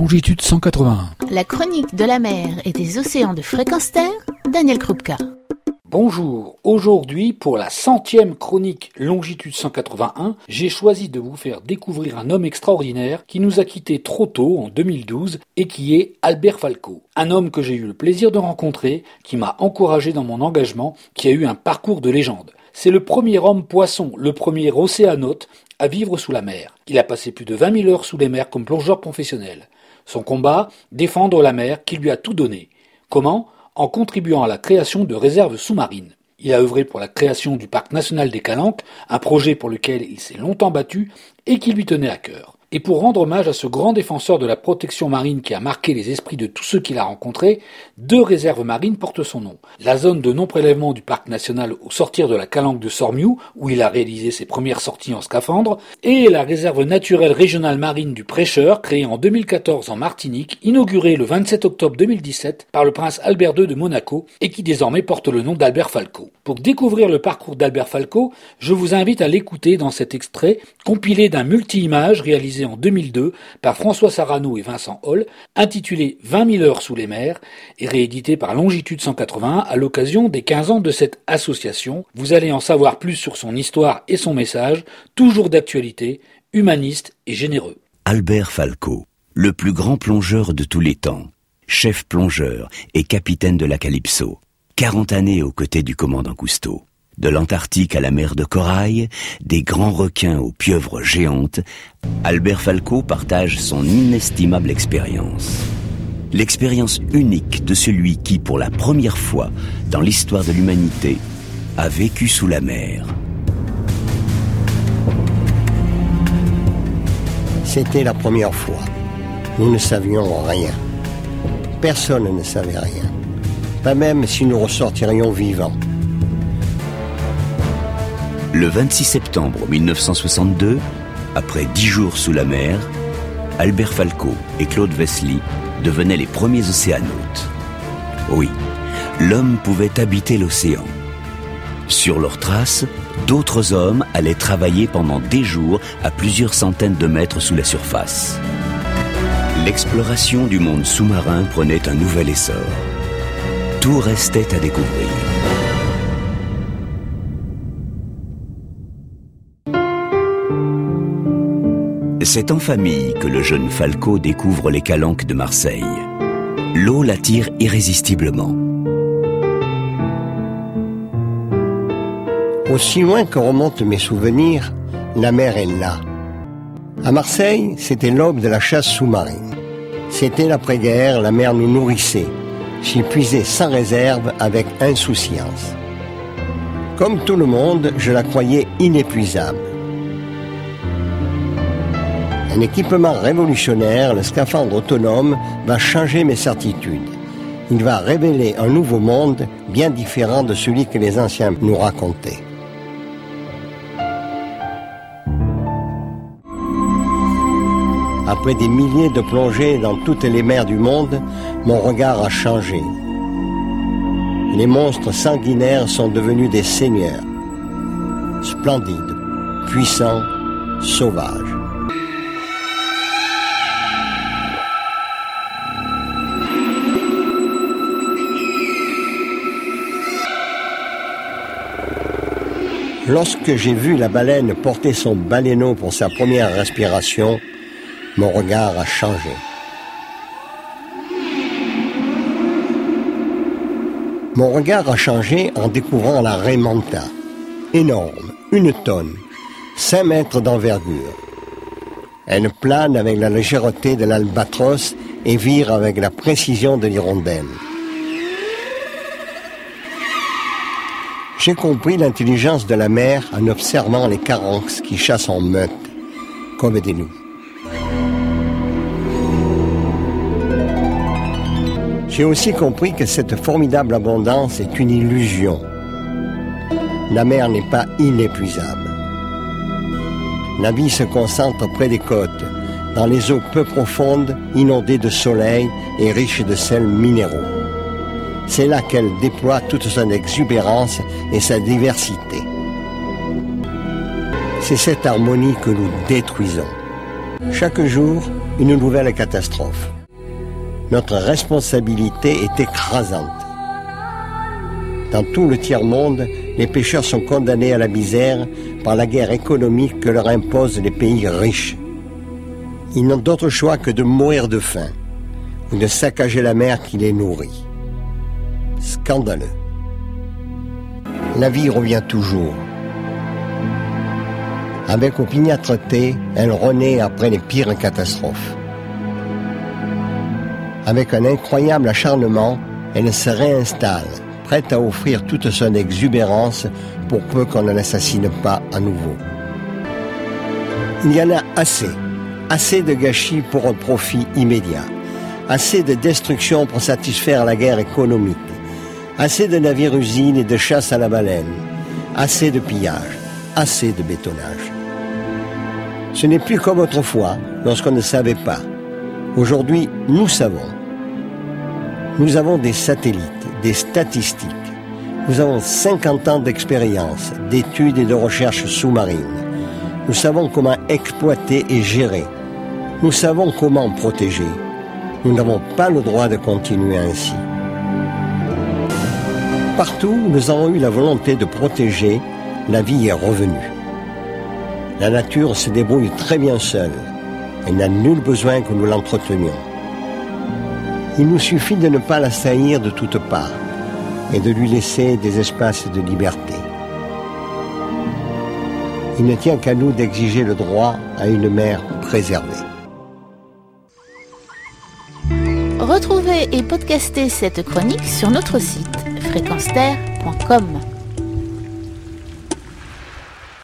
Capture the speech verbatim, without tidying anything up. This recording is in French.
longitude cent quatre-vingt-un. La chronique de la mer et des océans de fréquence terre, Daniel Krupka. Bonjour, aujourd'hui pour la centième chronique longitude cent quatre-vingt-un, j'ai choisi de vous faire découvrir un homme extraordinaire qui nous a quittés trop tôt en deux mille douze et qui est Albert Falco. Un homme que j'ai eu le plaisir de rencontrer, qui m'a encouragé dans mon engagement, qui a eu un parcours de légende. C'est le premier homme poisson, le premier océanote à vivre sous la mer. Il a passé plus de vingt mille heures sous les mers comme plongeur professionnel. Son combat, défendre la mer qui lui a tout donné. Comment ? En contribuant à la création de réserves sous-marines. Il a œuvré pour la création du parc national des Calanques, un projet pour lequel il s'est longtemps battu et qui lui tenait à cœur. Et pour rendre hommage à ce grand défenseur de la protection marine qui a marqué les esprits de tous ceux qu'il a rencontrés, deux réserves marines portent son nom. La zone de non-prélèvement du parc national au sortir de la Calanque de Sormiou, où il a réalisé ses premières sorties en scaphandre, et la réserve naturelle régionale marine du Prêcheur, créée en deux mille quatorze en Martinique, inaugurée le vingt-sept octobre deux mille dix-sept par le prince Albert deux de Monaco, et qui désormais porte le nom d'Albert Falco. Pour découvrir le parcours d'Albert Falco, je vous invite à l'écouter dans cet extrait, compilé d'un multi-images réalisé en deux mille deux par François Sarano et Vincent Hall, intitulé vingt mille heures sous les mers et réédité par Longitude cent quatre-vingt-un à l'occasion des quinze ans de cette association. Vous allez en savoir plus sur son histoire et son message, toujours d'actualité, humaniste et généreux. Albert Falco, le plus grand plongeur de tous les temps, chef plongeur et capitaine de la Calypso, quarante années aux côtés du commandant Cousteau. De l'Antarctique à la mer de Corail, des grands requins aux pieuvres géantes, Albert Falco partage son inestimable expérience. L'expérience unique de celui qui, pour la première fois dans l'histoire de l'humanité, a vécu sous la mer. C'était la première fois. Nous ne savions rien. Personne ne savait rien. Pas même si nous ressortirions vivants. Le vingt-six septembre mille neuf cent soixante-deux, après dix jours sous la mer, Albert Falco et Claude Wesley devenaient les premiers océanautes. Oui, l'homme pouvait habiter l'océan. Sur leurs traces, d'autres hommes allaient travailler pendant des jours à plusieurs centaines de mètres sous la surface. L'exploration du monde sous-marin prenait un nouvel essor. Tout restait à découvrir. C'est en famille que le jeune Falco découvre les Calanques de Marseille. L'eau l'attire irrésistiblement. Aussi loin que remontent mes souvenirs, la mer est là. À Marseille, c'était l'aube de la chasse sous-marine. C'était l'après-guerre, la mer nous nourrissait. J'y puisais sans réserve, avec insouciance. Comme tout le monde, je la croyais inépuisable. Un équipement révolutionnaire, le scaphandre autonome, va changer mes certitudes. Il va révéler un nouveau monde bien différent de celui que les anciens nous racontaient. Après des milliers de plongées dans toutes les mers du monde, mon regard a changé. Les monstres sanguinaires sont devenus des seigneurs. Splendides, puissants, sauvages. Lorsque j'ai vu la baleine porter son baleineau pour sa première respiration, mon regard a changé. Mon regard a changé en découvrant la raie manta. Énorme, une tonne, cinq mètres d'envergure. Elle plane avec la légèreté de l'albatros et vire avec la précision de l'hirondelle. J'ai compris l'intelligence de la mer en observant les caranques qui chassent en meute, comme des loups. J'ai aussi compris que cette formidable abondance est une illusion. La mer n'est pas inépuisable. La vie se concentre près des côtes, dans les eaux peu profondes, inondées de soleil et riches de sels minéraux. C'est là qu'elle déploie toute son exubérance et sa diversité. C'est cette harmonie que nous détruisons. Chaque jour, une nouvelle catastrophe. Notre responsabilité est écrasante. Dans tout le tiers-monde, les pêcheurs sont condamnés à la misère par la guerre économique que leur imposent les pays riches. Ils n'ont d'autre choix que de mourir de faim ou de saccager la mer qui les nourrit. Scandaleux. La vie revient toujours. Avec opiniâtreté, elle renaît après les pires catastrophes. Avec un incroyable acharnement, elle se réinstalle, prête à offrir toute son exubérance pour peu qu'on ne l'assassine pas à nouveau. Il y en a assez, assez de gâchis pour un profit immédiat, assez de destruction pour satisfaire la guerre économique, assez de navires-usines et de chasse à la baleine, assez de pillage, assez de bétonnage. Ce n'est plus comme autrefois, lorsqu'on ne savait pas. Aujourd'hui, nous savons. Nous avons des satellites, des statistiques. Nous avons cinquante ans d'expérience, d'études et de recherches sous-marines. Nous savons comment exploiter et gérer. Nous savons comment protéger. Nous n'avons pas le droit de continuer ainsi. Partout où nous avons eu la volonté de protéger, la vie est revenue. La nature se débrouille très bien seule. Elle n'a nul besoin que nous l'entretenions. Il nous suffit de ne pas l'assaillir de toutes parts et de lui laisser des espaces de liberté. Il ne tient qu'à nous d'exiger le droit à une mer préservée. Retrouvez et podcastez cette chronique sur notre site fréquence terre point com.